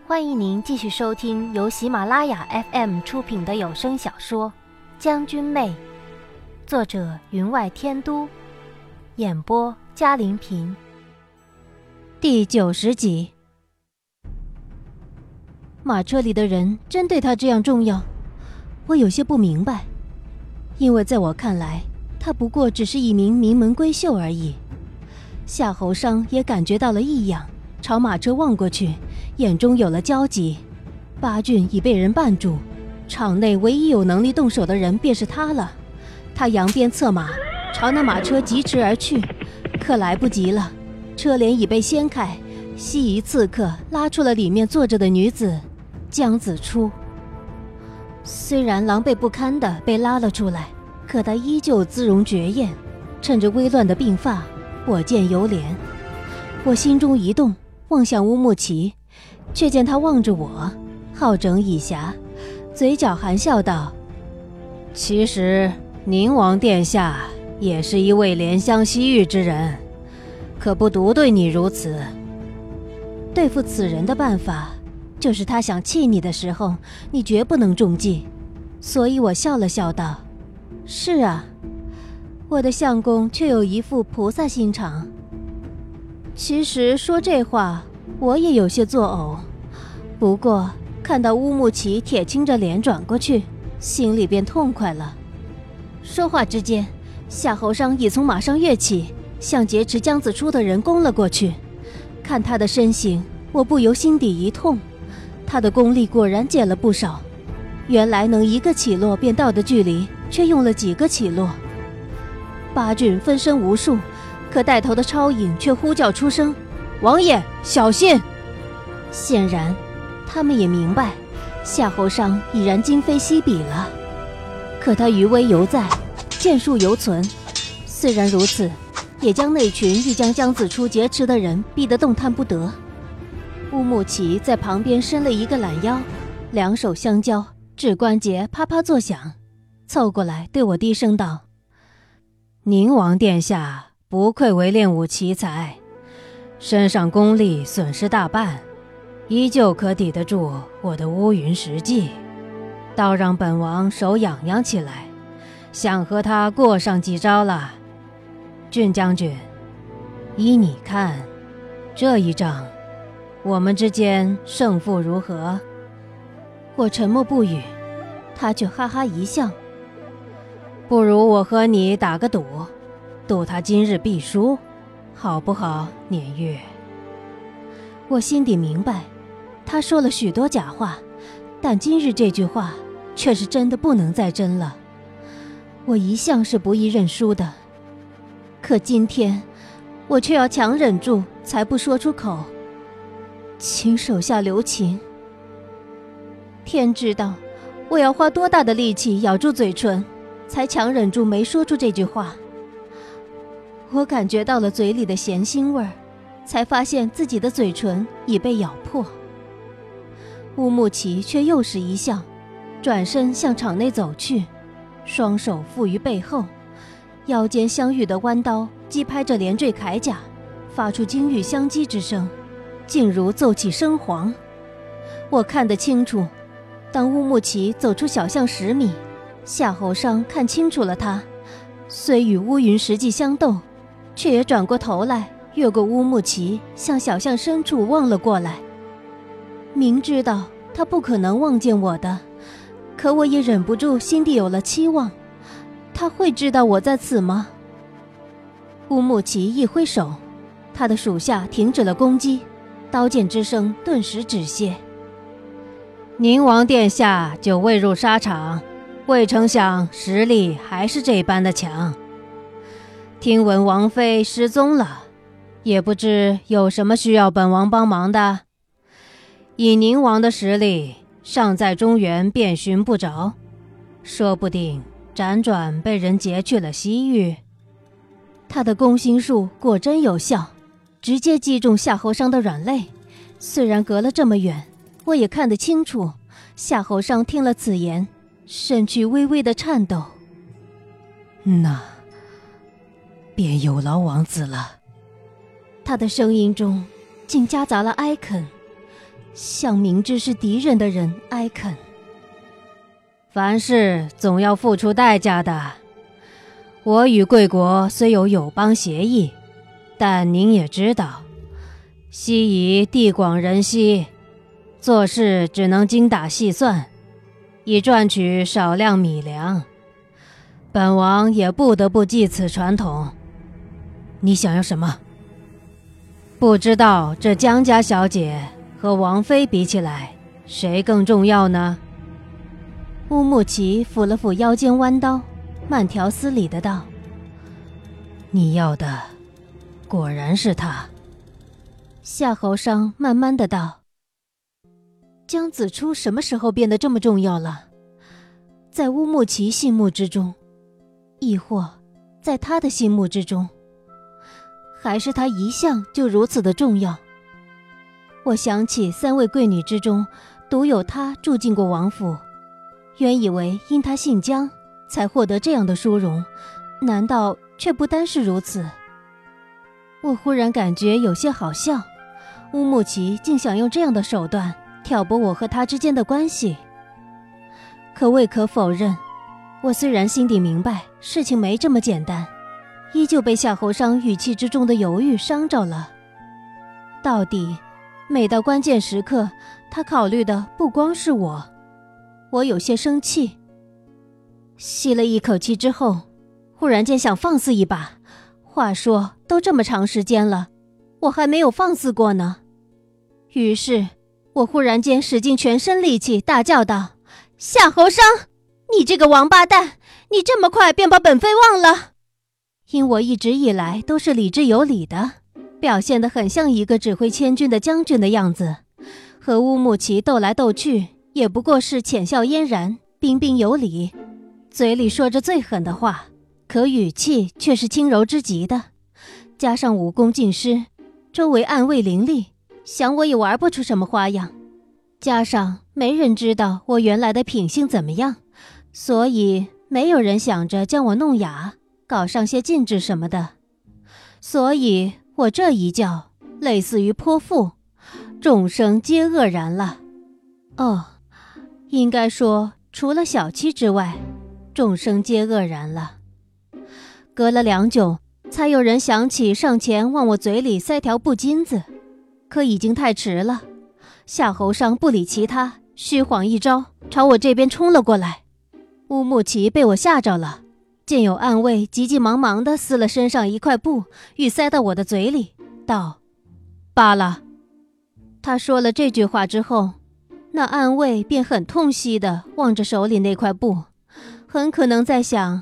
欢迎您继续收听由喜马拉雅 FM 出品的有声小说《将军妹》，作者云外天都，演播嘉玲平，第90集。马车里的人真对他这样重要？我有些不明白，因为在我看来，他不过只是一名名门闺秀而已。夏侯尚也感觉到了异样，朝马车望过去，眼中有了焦急。八郡已被人绊住，场内唯一有能力动手的人便是他了。他扬鞭策马，朝那马车疾驰而去，可来不及了，车帘已被掀开，西夷刺客拉出了里面坐着的女子江子初。虽然狼狈不堪地被拉了出来，可她依旧姿容绝艳，趁着微乱的鬓发，我见犹怜。我心中一动，望向乌木齐，却见他望着我，好整以暇，嘴角含笑道：其实宁王殿下也是一位怜香惜玉之人，可不独对你如此。对付此人的办法，就是他想气你的时候，你绝不能中计。所以我笑了笑道：是啊，我的相公却有一副菩萨心肠。其实说这话我也有些作呕，不过看到乌木齐铁青着脸转过去，心里便痛快了。说话之间，夏侯尚已从马上跃起，向劫持江子初的人攻了过去。看他的身形，我不由心底一痛，他的功力果然减了不少，原来能一个起落便到的距离，却用了几个起落。八郡分身无数，可带头的超影却呼叫出声：王爷小心！显然他们也明白夏侯尚已然今非昔比了，可他余威犹在，剑术犹存。虽然如此，也将那群欲将江子初劫持的人逼得动弹不得。乌木齐在旁边伸了一个懒腰，两手相交，指关节啪啪作响，凑过来对我低声道：宁王殿下不愧为练武奇才，身上功力损失大半，依旧可抵得住我的乌云实际，倒让本王手痒痒起来，想和他过上几招了。郡将军，依你看，这一仗我们之间胜负如何？我沉默不语，他却哈哈一笑：不如我和你打个赌，赌他今日必输，好不好，年月？我心底明白，他说了许多假话，但今日这句话却是真的不能再真了。我一向是不易认输的，可今天我却要强忍住，才不说出口。请手下留情。天知道我要花多大的力气咬住嘴唇，才强忍住没说出这句话。我感觉到了嘴里的咸腥味儿，才发现自己的嘴唇已被咬破。乌木齐却又是一笑，转身向场内走去，双手负于背后，腰间镶玉的弯刀击拍着连缀铠甲，发出金玉相击之声，竟如奏起笙簧。我看得清楚，当乌木齐走出小巷10米，夏侯尚看清楚了他，虽与乌云实际相斗，却也转过头来，越过乌木齐，向小巷深处望了过来。明知道他不可能望见我的，可我也忍不住心底有了期望，他会知道我在此吗？乌木齐一挥手，他的属下停止了攻击，刀剑之声顿时止歇。宁王殿下久未入沙场，未成想实力还是这般的强。听闻王妃失踪了，也不知有什么需要本王帮忙的。以宁王的实力，尚在中原便寻不着，说不定辗转被人劫去了西域。他的攻心术果真有效，直接击中夏侯尚的软肋。虽然隔了这么远，我也看得清楚，夏侯尚听了此言，身躯微微的颤抖。那便有劳王子了。他的声音中竟夹杂了哀恳， 向明知是敌人的人哀恳。 凡事总要付出代价的。我与贵国虽有友邦协议，但您也知道，西夷地广人稀，做事只能精打细算，以赚取少量米粮。本王也不得不继此传统。 你想要什么？ 不知道这江家小姐和王妃比起来，谁更重要呢？ 乌木齐抚了抚腰间弯刀，慢条斯理的道： 你要的果然是他。 夏侯商慢慢的道：江子初什么时候变得这么重要了？在乌木齐心目之中，亦或在他的心目之中，还是他一向就如此的重要？我想起3位贵女之中，独有她住进过王府，原以为因她姓江，才获得这样的殊荣，难道却不单是如此？我忽然感觉有些好笑，乌木齐竟想用这样的手段挑拨我和他之间的关系。可未可否认，我虽然心底明白事情没这么简单，依旧被夏侯商语气之中的犹豫伤着了。到底每到关键时刻，他考虑的不光是我。我有些生气，吸了一口气之后，忽然间想放肆一把。话说都这么长时间了，我还没有放肆过呢。于是我忽然间使尽全身力气大叫道：夏侯商，你这个王八蛋，你这么快便把本妃忘了？因我一直以来都是理之有理的，表现得很像一个指挥千军的将军的样子，和乌木齐斗来斗去，也不过是浅笑嫣然，彬彬有礼，嘴里说着最狠的话，可语气却是轻柔之极的。加上武功尽失，周围暗卫林立，想我也玩不出什么花样。加上没人知道我原来的品性怎么样，所以没有人想着将我弄哑，搞上些禁制什么的。所以我这一叫类似于泼妇，众生皆愕然了。应该说除了小七之外，众生皆愕然了。隔了良久，才有人想起上前往我嘴里塞条布巾子，可已经太迟了。夏侯商不理其他，虚晃一招，朝我这边冲了过来。乌木齐被我吓着了，见有暗卫急急忙忙地撕了身上一块布，欲塞到我的嘴里，道：罢了。他说了这句话之后，那暗卫便很痛惜地望着手里那块布，很可能在想：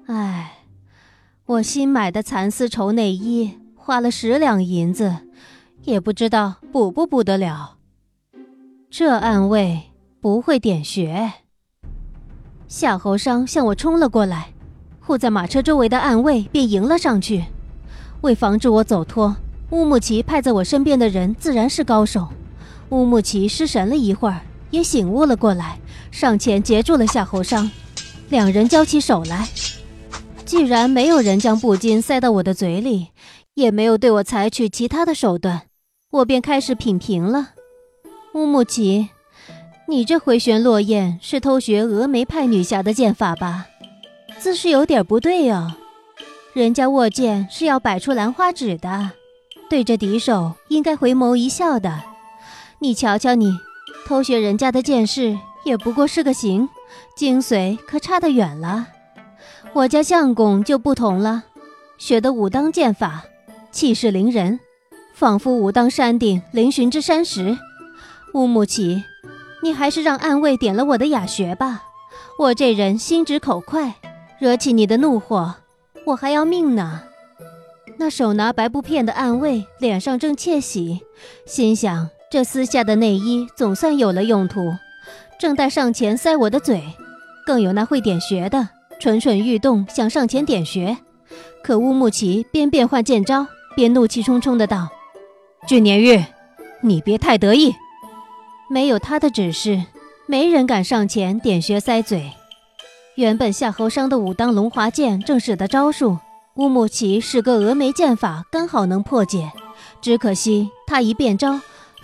我新买的蚕丝绸内衣花了10两银子，也不知道补不补得了。这暗卫不会点穴。夏侯商向我冲了过来，护在马车周围的暗卫便迎了上去。为防止我走脱，乌木齐派在我身边的人自然是高手。乌木齐失神了一会儿，也醒悟了过来，上前截住了夏侯商，两人交起手来。既然没有人将布巾塞到我的嘴里，也没有对我采取其他的手段，我便开始品评了。乌木齐，你这回旋落雁是偷学峨眉派女侠的剑法吧？姿势有点不对哦。人家握剑是要摆出兰花指的，对着敌手应该回眸一笑的。你瞧瞧你，偷学人家的剑式也不过是个形，精髓可差得远了。我家相公就不同了，学的武当剑法，气势凌人，仿佛武当山顶嶙峋之山石。乌木齐，你还是让暗卫点了我的哑穴吧，我这人心直口快，惹起你的怒火，我还要命呢。那手拿白布片的暗卫脸上正窃喜，心想这撕下的内衣总算有了用途，正待上前塞我的嘴，更有那会点穴的蠢蠢欲动，想上前点穴。可乌木齐边变换剑招，边怒气冲冲的道：俊年玉，你别太得意。没有他的指示，没人敢上前点穴塞嘴。原本夏侯商的武当龙华剑正使的招数，乌木齐使个峨眉剑法刚好能破解，只可惜他一变招，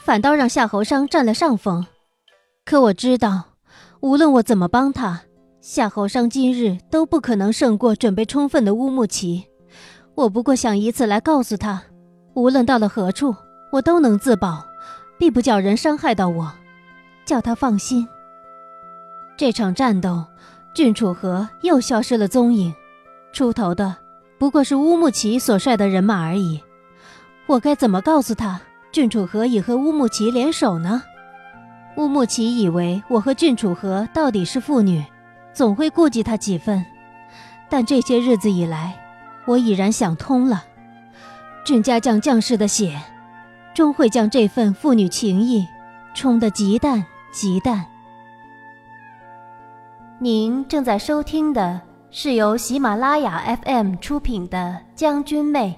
反倒让夏侯商占了上风。可我知道，无论我怎么帮他，夏侯商今日都不可能胜过准备充分的乌木齐。我不过想以此来告诉他，无论到了何处，我都能自保，必不叫人伤害到我，叫他放心。这场战斗，郡主和又消失了踪影，出头的不过是乌木齐所率的人马而已。我该怎么告诉他，郡主和已和乌木齐联手呢？乌木齐以为我和郡主和到底是父女，总会顾忌他几分。但这些日子以来，我已然想通了，郡家将将士的血，终会将这份父女情谊冲得极淡极淡。您正在收听的是由喜马拉雅 FM 出品的《将军妹》。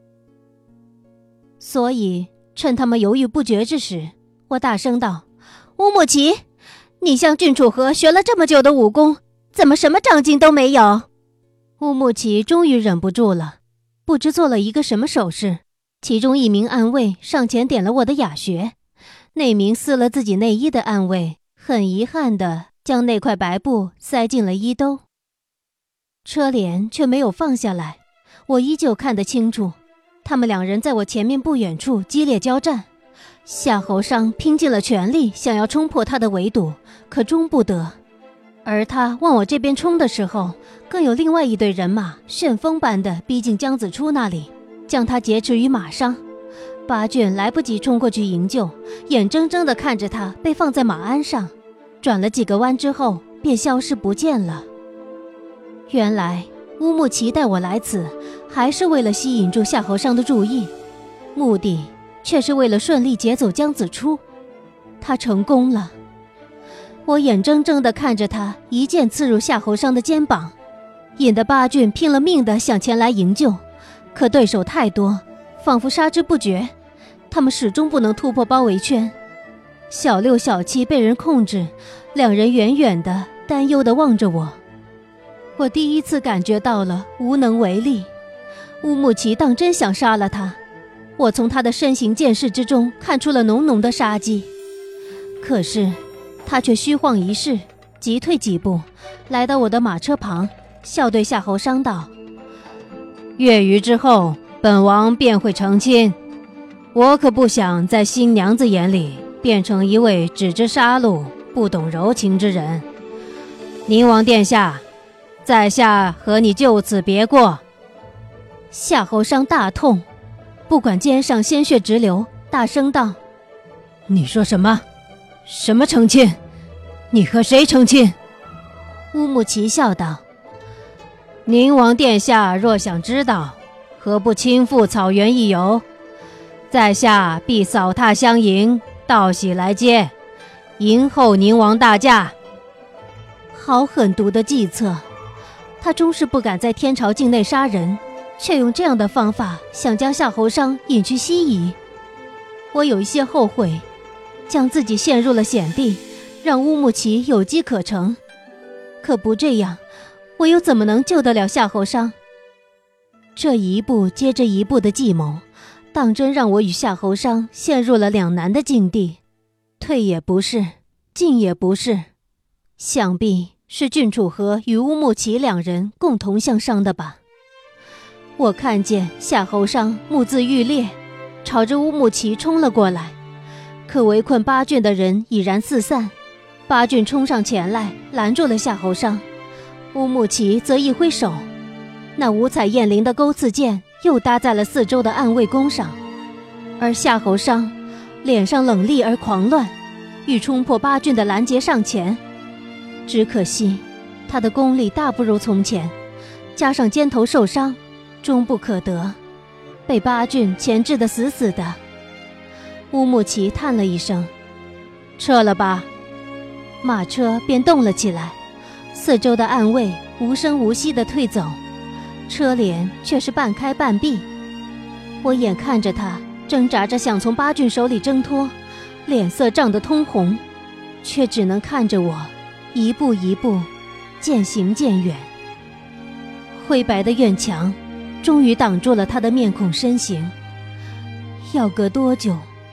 所以趁他们犹豫不决之时，我大声道：乌木齐，你向郡主和学了这么久的武功，怎么什么长进都没有？乌木齐终于忍不住了，不知做了一个什么手势，其中一名暗卫上前点了我的哑穴，那名撕了自己内衣的暗卫很遗憾地将那块白布塞进了衣兜。车帘却没有放下来，我依旧看得清楚，他们两人在我前面不远处激烈交战。夏侯商拼尽了全力想要冲破他的围堵，可终不得。而他往我这边冲的时候，更有另外一队人马旋风般的逼近姜子初那里，将他劫持于马上。八卷来不及冲过去营救，眼睁睁地看着他被放在马鞍上，转了几个弯之后便消失不见了。原来乌木齐带我来此，还是为了吸引住夏侯商的注意，目的却是为了顺利劫走姜子初。他成功了。我眼睁睁地看着他一剑刺入夏侯商的肩膀，引得八郡拼了命地想前来营救，可对手太多，仿佛杀之不绝，他们始终不能突破包围圈。小六小七被人控制，两人远远地担忧地望着我。我第一次感觉到了无能为力。乌木齐当真想杀了他，我从他的身形剑势之中看出了浓浓的杀机。可是他却虚晃一试，急退几步，来到我的马车旁，笑对夏侯商道：月余之后，本王便会成亲。我可不想在新娘子眼里变成一位只知杀戮不懂柔情之人。宁王殿下，在下和你就此别过。夏侯商大痛，不管肩上鲜血直流，大声道：你说什么？什么成亲？你和谁成亲？乌木齐笑道：宁王殿下若想知道，何不亲赴草原一游？在下必扫踏相迎，道喜来接，迎候宁王大驾。好狠毒的计策，他终是不敢在天朝境内杀人，却用这样的方法想将夏侯商引去西夷。我有一些后悔，将自己陷入了险地，让乌木齐有机可乘。可不这样，我又怎么能救得了夏侯商？这一步接着一步的计谋，当真让我与夏侯商陷入了两难的境地，退也不是，进也不是。想必是郡主和与乌木齐两人共同向商的吧。我看见夏侯商目眦欲裂，朝着乌木齐冲了过来，可围困八郡的人已然四散，八郡冲上前来拦住了夏侯商，乌木齐则一挥手，那五彩艳绫的钩刺剑又搭在了四周的暗卫弓上，而夏侯商脸上冷厉而狂乱，欲冲破八郡的拦截上前。只可惜他的功力大不如从前，加上肩头受伤，终不可得，被八郡钳制得死死的。乌木齐叹了一声：撤了吧。马车便动了起来，四周的暗卫无声无息地退走，车帘却是半开半闭。我眼看着他挣扎着想从八郡手里挣脱，脸色涨得通红，却只能看着我一步一步渐行渐远。灰白的院墙终于挡住了他的面孔身形，要隔多久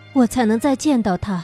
我才能再见到他。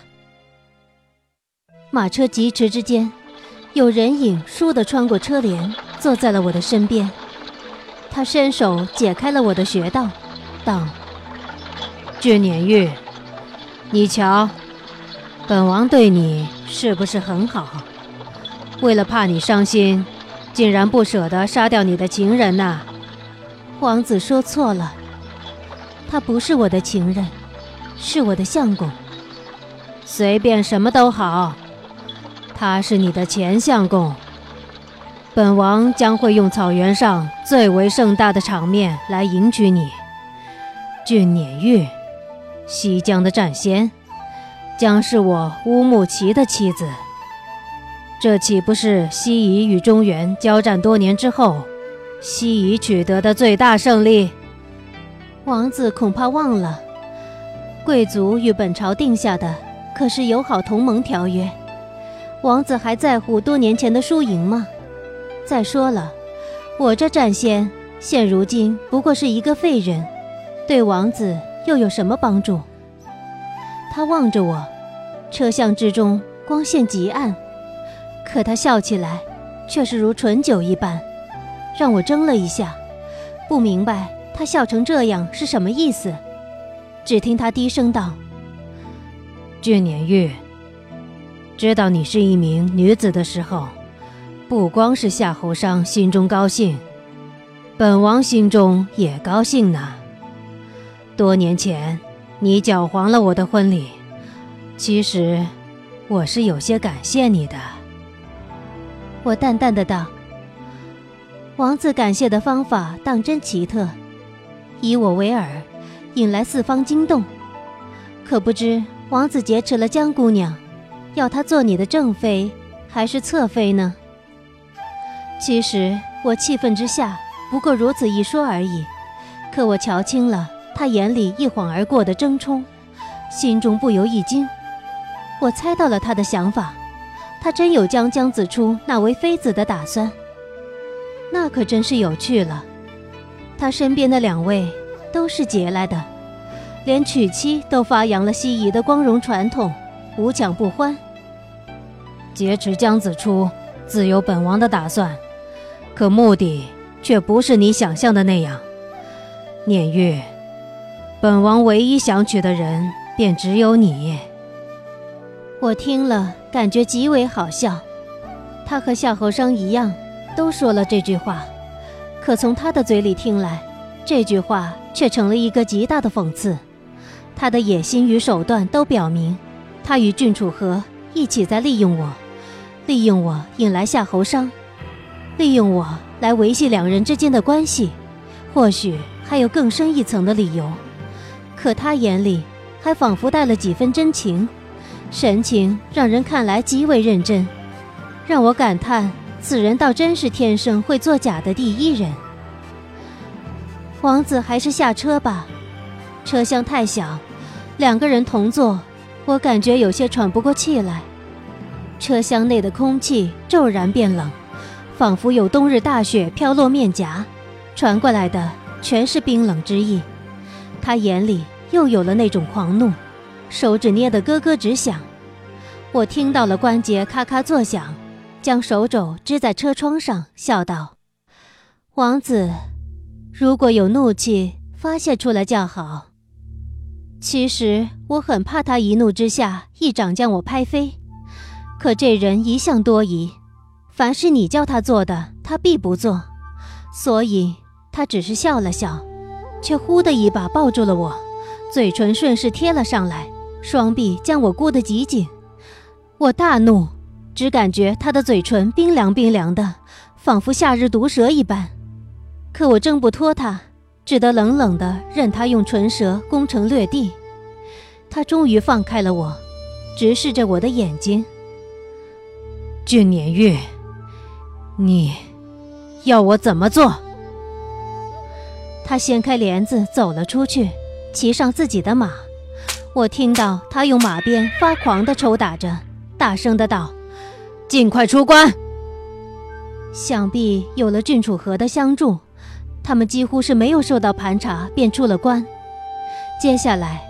马车疾驰之间，有人影倏地穿过车帘，坐在了我的身边。他伸手解开了我的穴道，道： 俊撵玉，你瞧，本王对你是不是很好？为了怕你伤心，竟然不舍得杀掉你的情人呐！ 王子说错了，他不是我的情人，是我的相公。 随便什么都好，他是你的前相公。本王将会用草原上最为盛大的场面来迎娶你。俊撵玉，西疆的战仙，将是我乌木齐的妻子。这岂不是西夷与中原交战多年之后，西夷取得的最大胜利？ 王子恐怕忘了，贵族与本朝定下的可是友好同盟条约。王子还在乎多年前的输赢吗？再说了，我这战仙现如今不过是一个废人，对王子又有什么帮助？他望着我，车厢之中光线极暗，可他笑起来却是如醇酒一般，让我怔了一下，不明白他笑成这样是什么意思。只听他低声道： 俊撵玉，知道你是一名女子的时候，不光是夏侯商心中高兴，本王心中也高兴呢。多年前你搅黄了我的婚礼，其实我是有些感谢你的。 我淡淡的道。王子感谢的方法当真奇特，以我为饵，引来四方惊动。可不知王子劫持了江姑娘，要她做你的正妃还是侧妃呢？其实我气愤之下不过如此一说而已，可我瞧清了他眼里一晃而过的争冲，心中不由一惊。我猜到了他的想法，他真有将江子初纳为妃子的打算。那可真是有趣了，他身边的两位都是劫来的，连娶妻都发扬了西夷的光荣传统，无抢不欢。 劫持江子初自有本王的打算，可目的却不是你想象的那样。撵玉，本王唯一想娶的人便只有你。 我听了感觉极为好笑，他和夏侯商一样都说了这句话，可从他的嘴里听来，这句话却成了一个极大的讽刺。他的野心与手段都表明，他与郡主和一起在利用我，利用我引来夏侯商，利用我来维系两人之间的关系，或许还有更深一层的理由。可他眼里还仿佛带了几分真情，神情让人看来极为认真，让我感叹此人倒真是天生会作假的第一人。王子还是下车吧，车厢太小，两个人同坐，我感觉有些喘不过气来。车厢内的空气骤然变冷，仿佛有冬日大雪飘落面颊，传过来的全是冰冷之意。他眼里又有了那种狂怒，手指捏得咯咯直响。我听到了关节咔咔作响，将手肘支在车窗上，笑道：王子，如果有怒气发泄出来较好。其实我很怕他一怒之下一掌将我拍飞，可这人一向多疑，凡是你叫他做的他必不做，所以他只是笑了笑，却忽的一把抱住了我，嘴唇顺势贴了上来，双臂将我箍得极紧。我大怒，只感觉他的嘴唇冰凉冰凉的，仿佛夏日毒蛇一般。可我挣不脱他，只得冷冷地任他用唇舌攻城略地。他终于放开了我，直视着我的眼睛。 俊撵玉，你要我怎么做？ 他掀开帘子走了出去，骑上自己的马。我听到他用马鞭发狂地抽打着，大声地道： 尽快出关。 想必有了郡主和的相助，他们几乎是没有受到盘查便出了关。接下来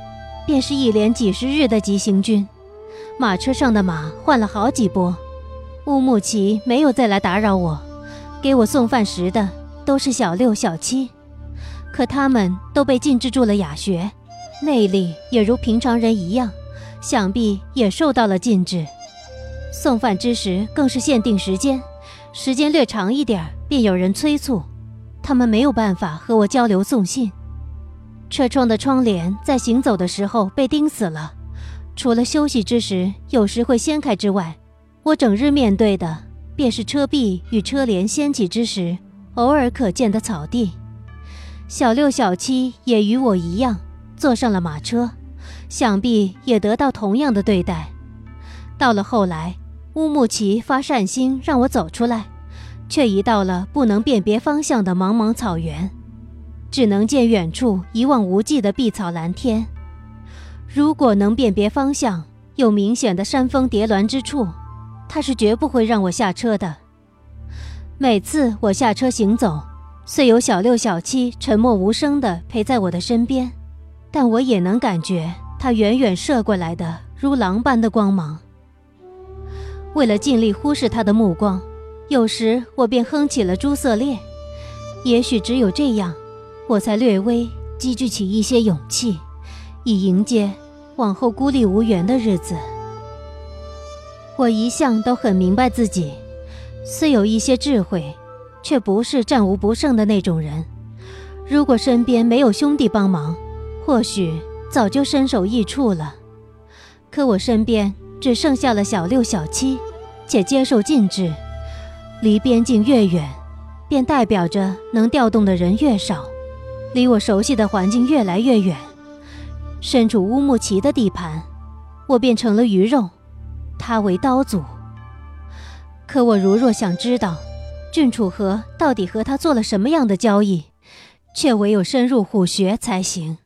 便是一连几十日的急行军，马车上的马换了好几波。乌木齐没有再来打扰我，给我送饭时的都是小六小七，可他们都被禁制住了哑穴，内力也如平常人一样，想必也受到了禁制。送饭之时更是限定时间，时间略长一点便有人催促，他们没有办法和我交流送信。车窗的窗帘在行走的时候被钉死了，除了休息之时有时会掀开之外，我整日面对的便是车壁与车帘掀起之时偶尔可见的草地。小六小七也与我一样坐上了马车，想必也得到同样的对待。到了后来，乌木齐发善心让我走出来，却移到了不能辨别方向的茫茫草原，只能见远处一望无际的碧草蓝天。如果能辨别方向，有明显的山峰叠峦之处，他是绝不会让我下车的。每次我下车行走，虽有小六小七沉默无声地陪在我的身边，但我也能感觉他远远射过来的如狼般的光芒。为了尽力忽视他的目光，有时我便哼起了朱色烈，也许只有这样，我才略微积聚起一些勇气，以迎接往后孤立无援的日子。我一向都很明白自己，虽有一些智慧，却不是战无不胜的那种人。如果身边没有兄弟帮忙，或许早就身首异处了。可我身边只剩下了小六小七，且接受禁制，离边境越远，便代表着能调动的人越少，离我熟悉的环境越来越远。身处乌木齐的地盘，我便成了鱼肉，他为刀俎。可我如若想知道郡主和到底和他做了什么样的交易，却唯有深入虎穴才行。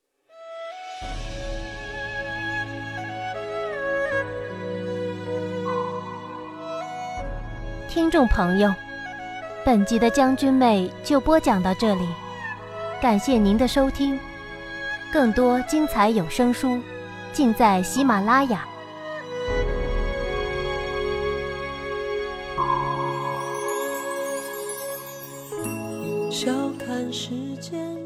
听众朋友，本集的将军妹就播讲到这里，感谢您的收听。更多精彩有声书尽在喜马拉雅。 笑看世间